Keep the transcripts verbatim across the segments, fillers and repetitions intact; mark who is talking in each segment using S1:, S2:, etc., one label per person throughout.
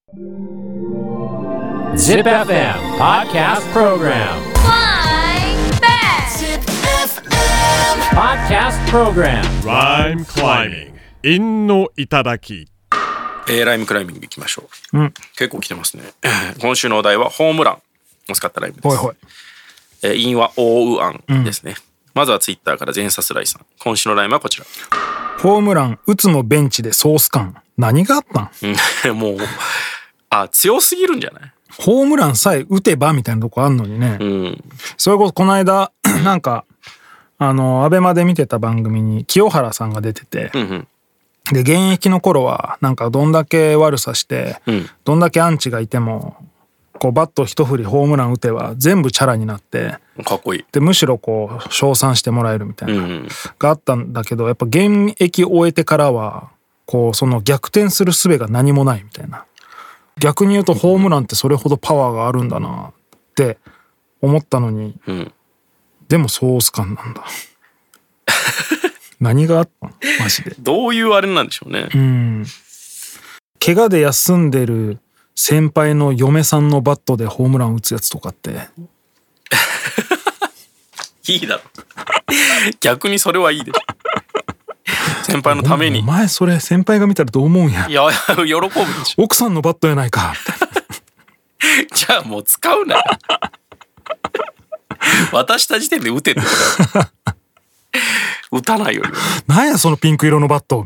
S1: Zip エフエム Podcast Program
S2: Flying Back
S1: Podcast Program
S3: Rhyme climbing 陰の頂き。
S4: えー、ライムクライミングいきましょう、
S5: うん、
S4: 結構来てますね今週のお題はホームランを使ったライムです。
S5: ほいほい、
S4: えー、陰は大うあんですね、うん、まずはツイッターから全サスライさん、今週のライムはこちら。
S5: ホームラン打つのベンチでソース感、何があったん
S4: もうあ強すぎるんじゃない。
S5: ホームランさえ打てばみたいなとこあんのにね、
S4: うん、
S5: それこそこの間なんかあのアベマで見てた番組に清原さんが出てて、
S4: うんうん、
S5: で現役の頃はなんかどんだけ悪さして、うん、どんだけアンチがいてもこうバット一振りホームラン打てば全部チャラになって
S4: かっこいいで、
S5: むしろこう称賛してもらえるみたいな、
S4: うんうん、
S5: があったんだけど、やっぱ現役終えてからはこうその逆転する術が何もないみたいな。逆に言うとホームランってそれほどパワーがあるんだなって思ったのに、うん、でもソース感なんだ何があったのマジで。
S4: どういうあれなんでしょうね。
S5: うん、怪我で休んでる先輩の嫁さんのバットでホームラン打つやつとかって
S4: いいだろ逆にそれはいいでしょ先輩のために。
S5: お前それ先輩が見たらどう思うんや。
S4: いや喜ぶでしょ。
S5: 奥さんのバットやないか
S4: じゃあもう使うなよ渡した時点で打てってこと打たないより
S5: なんやそのピンク色のバット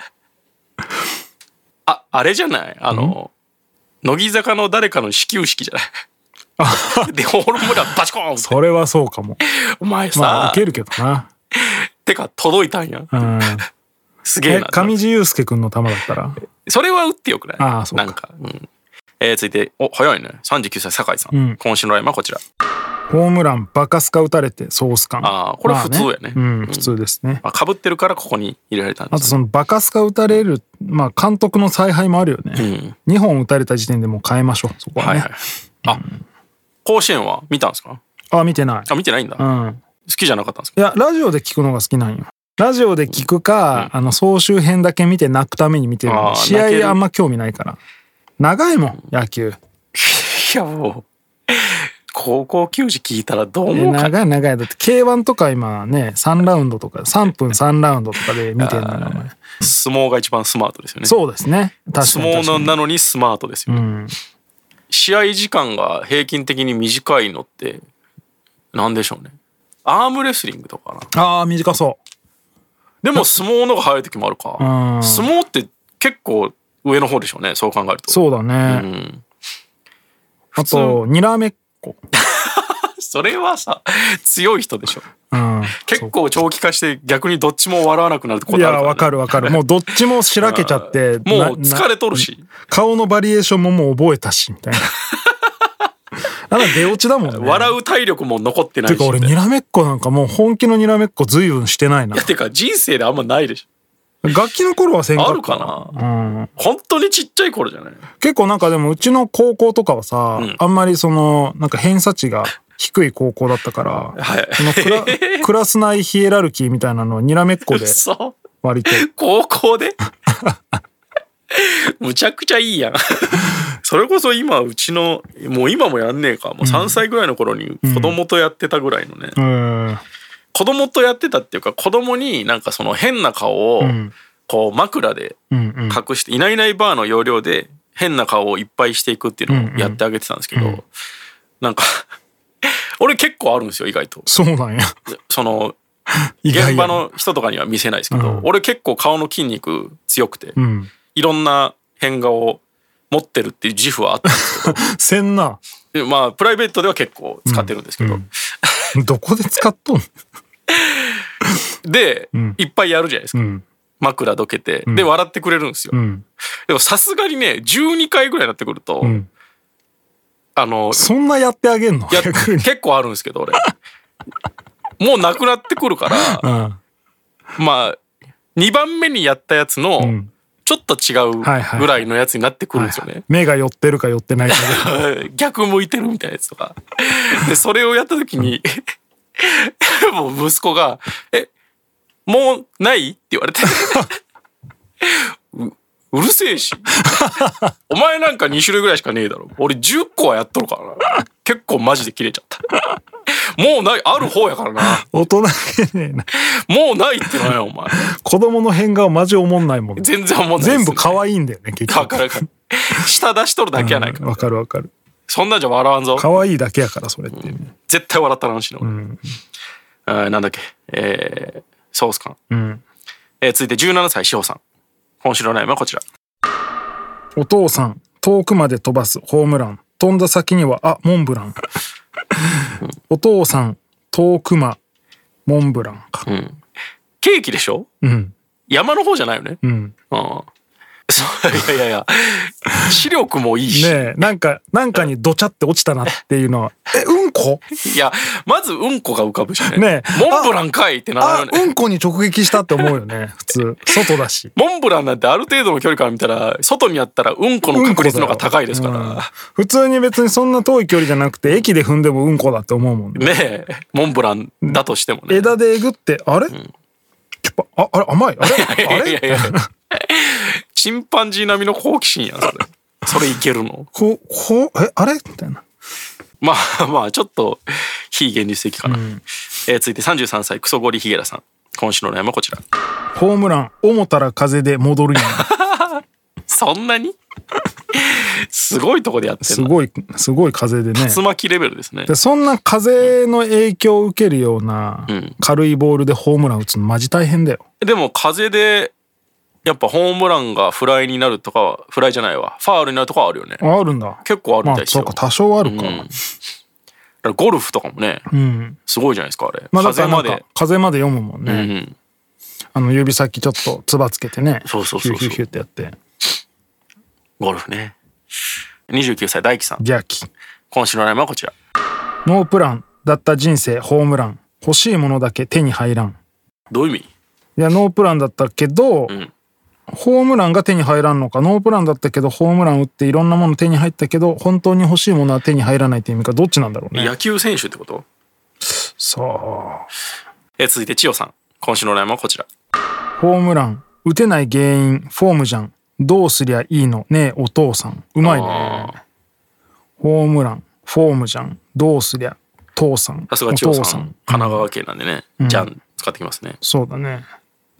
S4: あ、あれじゃない、あの乃木坂の誰かの始球式じゃないでホームランバチコーンって。
S5: それはそうかも。
S4: お前さ、
S5: まあ、受けるけどな
S4: てか届いたんや、うん、すげえな。
S5: 上地雄介くんの球だったら
S4: それは打ってよくない。
S5: ああそうか。
S4: なんか、うんえー、続いてお早いねさんじゅうきゅうさい酒井さん、うん、今週のラインはこちら。
S5: ホームランバカスカ打たれてソース感。
S4: ああこれは普通やね、
S5: まあね、うん、普通ですね。
S4: まあ、被ってるからここに入れられたんです、ね、
S5: あとそのバカスカ打たれる、まあ、監督の采配もあるよね、うん、にほん打たれた時点でもう変えましょうそこはね、はいはい、
S4: あ、うん、甲子園は見たんですか。
S5: あ見てない。
S4: あ見てないんだ、うん、好きじゃなかったんですか。
S5: いやラジオで聞くのが好きなんよ。ラジオで聞くか、うん、あの総集編だけ見て泣くために見てる。試合あんま興味ないから長いもん野球。
S4: いやもう高校球児聞いたらどう思うか。
S5: 長い長い。だって ケーワン とか今ねさんラウンドとかさんぷんさんラウンドとかで見てるのよ。
S4: 相撲が一番スマートですよね。
S5: そうですね。確かに
S4: 相撲なのにスマートですよね、うん、試合時間が平均的に短いのってなんでしょうね。アームレスリングとかな。
S5: ああ短そう。
S4: でも相撲のが早い時もあるか。相撲って結構上の方でしょうねそう考えると。
S5: そうだね、うん、あとにらめっこ
S4: それはさ強い人でしょ、うん、結構長期化して逆にどっちも笑わなくなるってことあるから、ね、
S5: いやわかるわかる。もうどっちもしらけちゃって
S4: もう疲れとるし
S5: 顔のバリエーションももう覚えたしみたいなあら出落ちだもんね。
S4: 笑う体力も残ってないし。
S5: てか俺にらめっこなんかもう本気のにらめっこ随分してないな。
S4: いやてか人生であんまないでしょ。
S5: 楽器の頃はせんかった。
S4: あるかな、うん、本当にちっちゃい頃じゃない。
S5: 結構なんかでもうちの高校とかはさ、うん、あんまりそのなんか偏差値が低い高校だったから、はい、そのクラクラス内ヒエラルキーみたいなのをにらめっこで割と
S4: 高校でむちゃくちゃいいやんそれこそ今うちのもう今もやんねえかもうさんさいぐらいの頃に子供とやってたぐらいのね、うんうん、子供とやってたっていうか子供になんかその変な顔をこう枕で隠して、いないいないバーの要領で変な顔をいっぱいしていくっていうのをやってあげてたんですけど、うんうん、なんか俺結構あるんですよ意外と。
S5: そうなんや。
S4: その現場の人とかには見せないですけど、うん、俺結構顔の筋肉強くて、うん、いろんな変顔を持ってるっていう自負はあったんですけど
S5: せんな。
S4: まあプライベートでは結構使ってるんですけど、
S5: うんうん、どこで使っとん
S4: で、うん、いっぱいやるじゃないですか、うん、枕どけて、うん、で笑ってくれるんですよ、うん、でもさすがにねじゅうにかいぐらいになってくると、うん、あの
S5: そんなやってあげんの。
S4: や結構あるんですけど俺もうなくなってくるから、うん、まあにばんめにやったやつの、うんちょっと違うぐらいのやつになってくるんですよね、はいはい、
S5: 目が寄ってるか寄ってないか
S4: 逆向いてるみたいなやつとかでそれをやった時にもう息子が「えもうない?」って言われてううるせえしお前なんかに種類ぐらいしかねえだろ。俺じゅっこはやっとるからな。結構マジで切れちゃったもうない、ある方やからな。
S5: 大人げねえな。
S4: もうないってなんやお前。
S5: 子供の変顔マジおもんないもん。
S4: 全然おもんない、
S5: 全部可愛いんだよね結局。
S4: わかるわかる。舌出しとるだけやないか。
S5: わかるわかる。
S4: そんなんじゃ笑わんぞ。
S5: 可愛いだけやからそれって、うん、
S4: 絶対笑ったらんしな俺、うん、あなんだっけ、えー、ソース感、うんえー、続いてじゅうななさいしほさん。今週の悩みはこちら。
S5: お父さん遠くまで飛ばすホームラン、飛んだ先にはあモンブランお父さん遠くまモンブランか、うん、
S4: ケーキでしょ、うん、山の方じゃないよね。うん、あいやいやいや視力もいいし
S5: ねえ、なんかなんかにドチャって落ちたなっていうのはえうんこ
S4: いやまずうんこが浮かぶしね。ねえモンブランかいってなるよね。
S5: あうんこに直撃したって思うよね普通外だし。
S4: モンブランなんてある程度の距離から見たら外にあったらうんこの確率の方が高いですから、うん、
S5: 普通に別にそんな遠い距離じゃなくて駅で踏んでもうんこだって思うもんね。
S4: ねえモンブランだとしてもね、
S5: 枝でえぐってあれ、うん、ああれ甘いあれあれいやいやいや
S4: チンパンジー並みの好奇心やんそれ。それいけるの
S5: ここえあれみたいな。
S4: まあまあちょっと非現実的かな、うん、えー、続いてさんじゅうさんさいクソゴリヒゲラさん。今週の悩みはこちら。
S5: ホームラン思ったら風で戻るやん
S4: そんなにすごいとこでやってる。
S5: すごいすごい風でね。
S4: 竜巻レベルですね。
S5: でそんな風の影響を受けるような軽いボールでホームラン打つのマジ大変だよ。
S4: でも風でやっぱホームランがフライになるとかは、フライじゃないわファールになるとかはあるよね。
S5: あるんだ。
S4: 結構あるみたいですよ。
S5: まあ、そうか多少あるか、うん、だ
S4: からゴルフとかもね、うん、すごいじゃないですかあれ、
S5: まあ、風まで風まで読むもんね、うん、あの指先ちょっとつばつけてね、
S4: そうそうそうそう、
S5: ヒューヒューヒューってやって
S4: ゴルフね。にじゅうきゅうさい大輝さん。
S5: ギャキ。
S4: 今週の悩みはこちら。
S5: ノープランだった人生ホームラン、欲しいものだけ手に入らん。
S4: どういう意味？
S5: いやノープランだったけど、うん、ホームランが手に入らんのか、ノープランだったけどホームラン打っていろんなもの手に入ったけど本当に欲しいものは手に入らないっていう意味か、どっちなんだろうね。
S4: 野球選手ってこと？
S5: さあ。
S4: え続いて千代さん。今週の悩みはこちら。
S5: ホームラン打てない原因フォームじゃん、どうすりゃいいのねえお父さん。うまいね。ホームランフォームじゃん、どうすりゃ父さん。
S4: さすが千代さん、神奈川県なんでね、うん、じゃん使ってきますね。
S5: そうだね。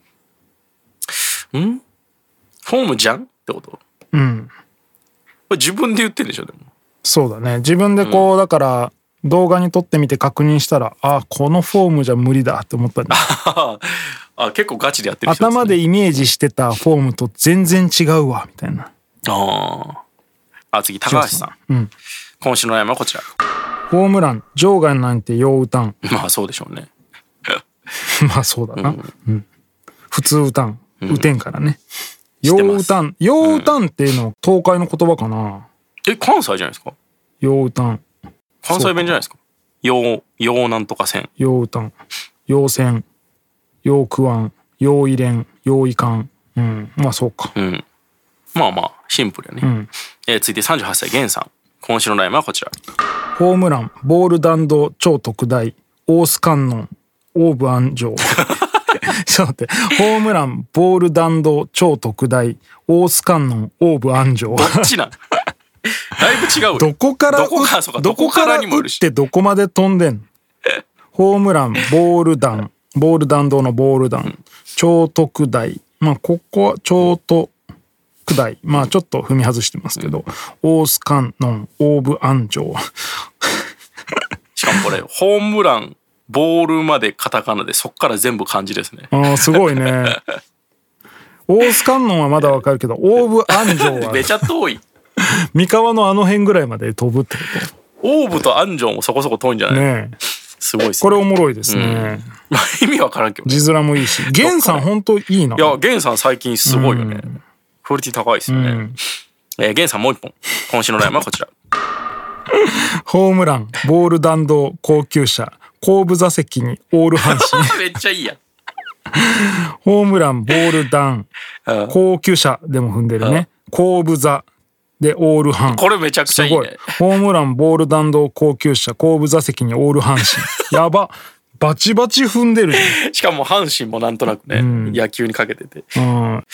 S4: んフォームじゃんってこと？うん。これ自分で言ってんでしょでも。
S5: そうだね。自分でこう、うん、だから動画に撮ってみて確認したら、あこのフォームじゃ無理だって思ったんだ。
S4: あ結構ガチでやってる人ですね。
S5: 頭でイメージしてたフォームと全然違うわみたいな。
S4: ああ。次高橋さん。うん。今週の悩みはこちら。
S5: ホームラン場外なんてよう打たん。
S4: まあそうでしょうね。
S5: まあそうだな。うんうん、普通打たん。打てんからね。よう打たん。よう打たんっていうのは東海の言葉かな。
S4: え関西じゃないですか。
S5: よう打たん。
S4: 関西弁じゃないですか。ようようなんとかせん。
S5: よう打たん。ようせん。よう食わん。よう入れん。よういかん。うん。まあそうか。
S4: うん。まあまあシンプルやね。うん、えー、続いてさんじゅうはっさいゲンさん。今週の悩みはこちら。
S5: ホームランボール弾道超特大オース観音オーブ安城。ちょっと待って。ホームランボール弾道超特大オース観音オーブ安城。
S4: どっちなんだいぶ違うよ。
S5: どこから
S4: どこかそうかどこからにもいるし。
S5: どこから打ってどこまで飛んでんホームランボール弾ボール弾道のボール弾、うん、超特大、まあここは超特大、まあちょっと踏み外してますけど、うん、オース観音オーブ安城。
S4: しかもこれホームランボールまでカタカナでそっから全部漢字ですね。
S5: ああすごいね。オース観音はまだわかるけどオーブ安城は
S4: めちゃ遠い。
S5: 三河のあの辺ぐらいまで飛ぶってこ
S4: と。オーブと安城もそこそこ遠いんじゃない？ねえすごいですね。
S5: これおもろいですね。うん、
S4: まあ意味わからんけど、ね、
S5: 字面もいいし。源さん本当いいな。
S4: いや源さん最近すごいよね。うん、クオリティ高いですよね。うん、えー、源さんもう一本。今週の悩みはこちら。
S5: ホームランボール弾道高級車後部座席にオール阪神。
S4: めっちゃいいやん。
S5: ホームランボール弾高級車でも踏んでるね。後部座でオール阪。
S4: これめちゃくちゃいいね。
S5: すごい。ホームランボール弾道高級車後部座席にオール阪神。やば。バチバチ踏んでる。
S4: しかも阪神もなんとなくね、うん、野球にかけてて。うん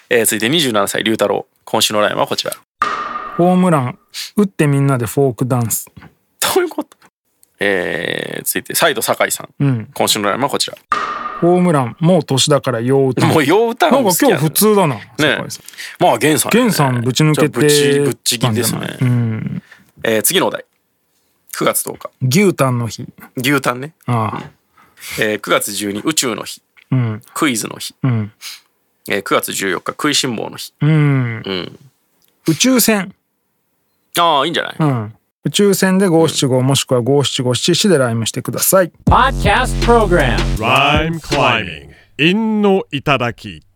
S4: えー、続いてにじゅうななさい龍太郎。今週のラインはこちら。
S5: ホームラン打ってみんなでフォークダンス。
S4: どういうこと？えー、続いてサイド酒井さん、うん、今週のラインはこちら。
S5: ホームランもう年だからよう歌う。
S4: もうよう歌う
S5: なんか今日普通だな。ね。
S4: まあ源さん、
S5: 源さんぶち抜けて
S4: ぶちぶっちぎですね。
S5: うん、
S4: えー、次のお題。くがつとおか。
S5: 牛タンの日。
S4: 牛タンね。
S5: ああ、
S4: うん、えー、くがつじゅうに宇宙の日。
S5: うん、
S4: クイズの日。うん、えー、くがつじゅうよっか食いしん坊の日。
S5: うん。うん、宇宙船。
S4: ああいいんじゃない？
S5: うん。宇宙船でご七五もしくはご七五七七でライムしてください。
S1: Podcast Program
S3: Rhyme Climbing 陰の頂き。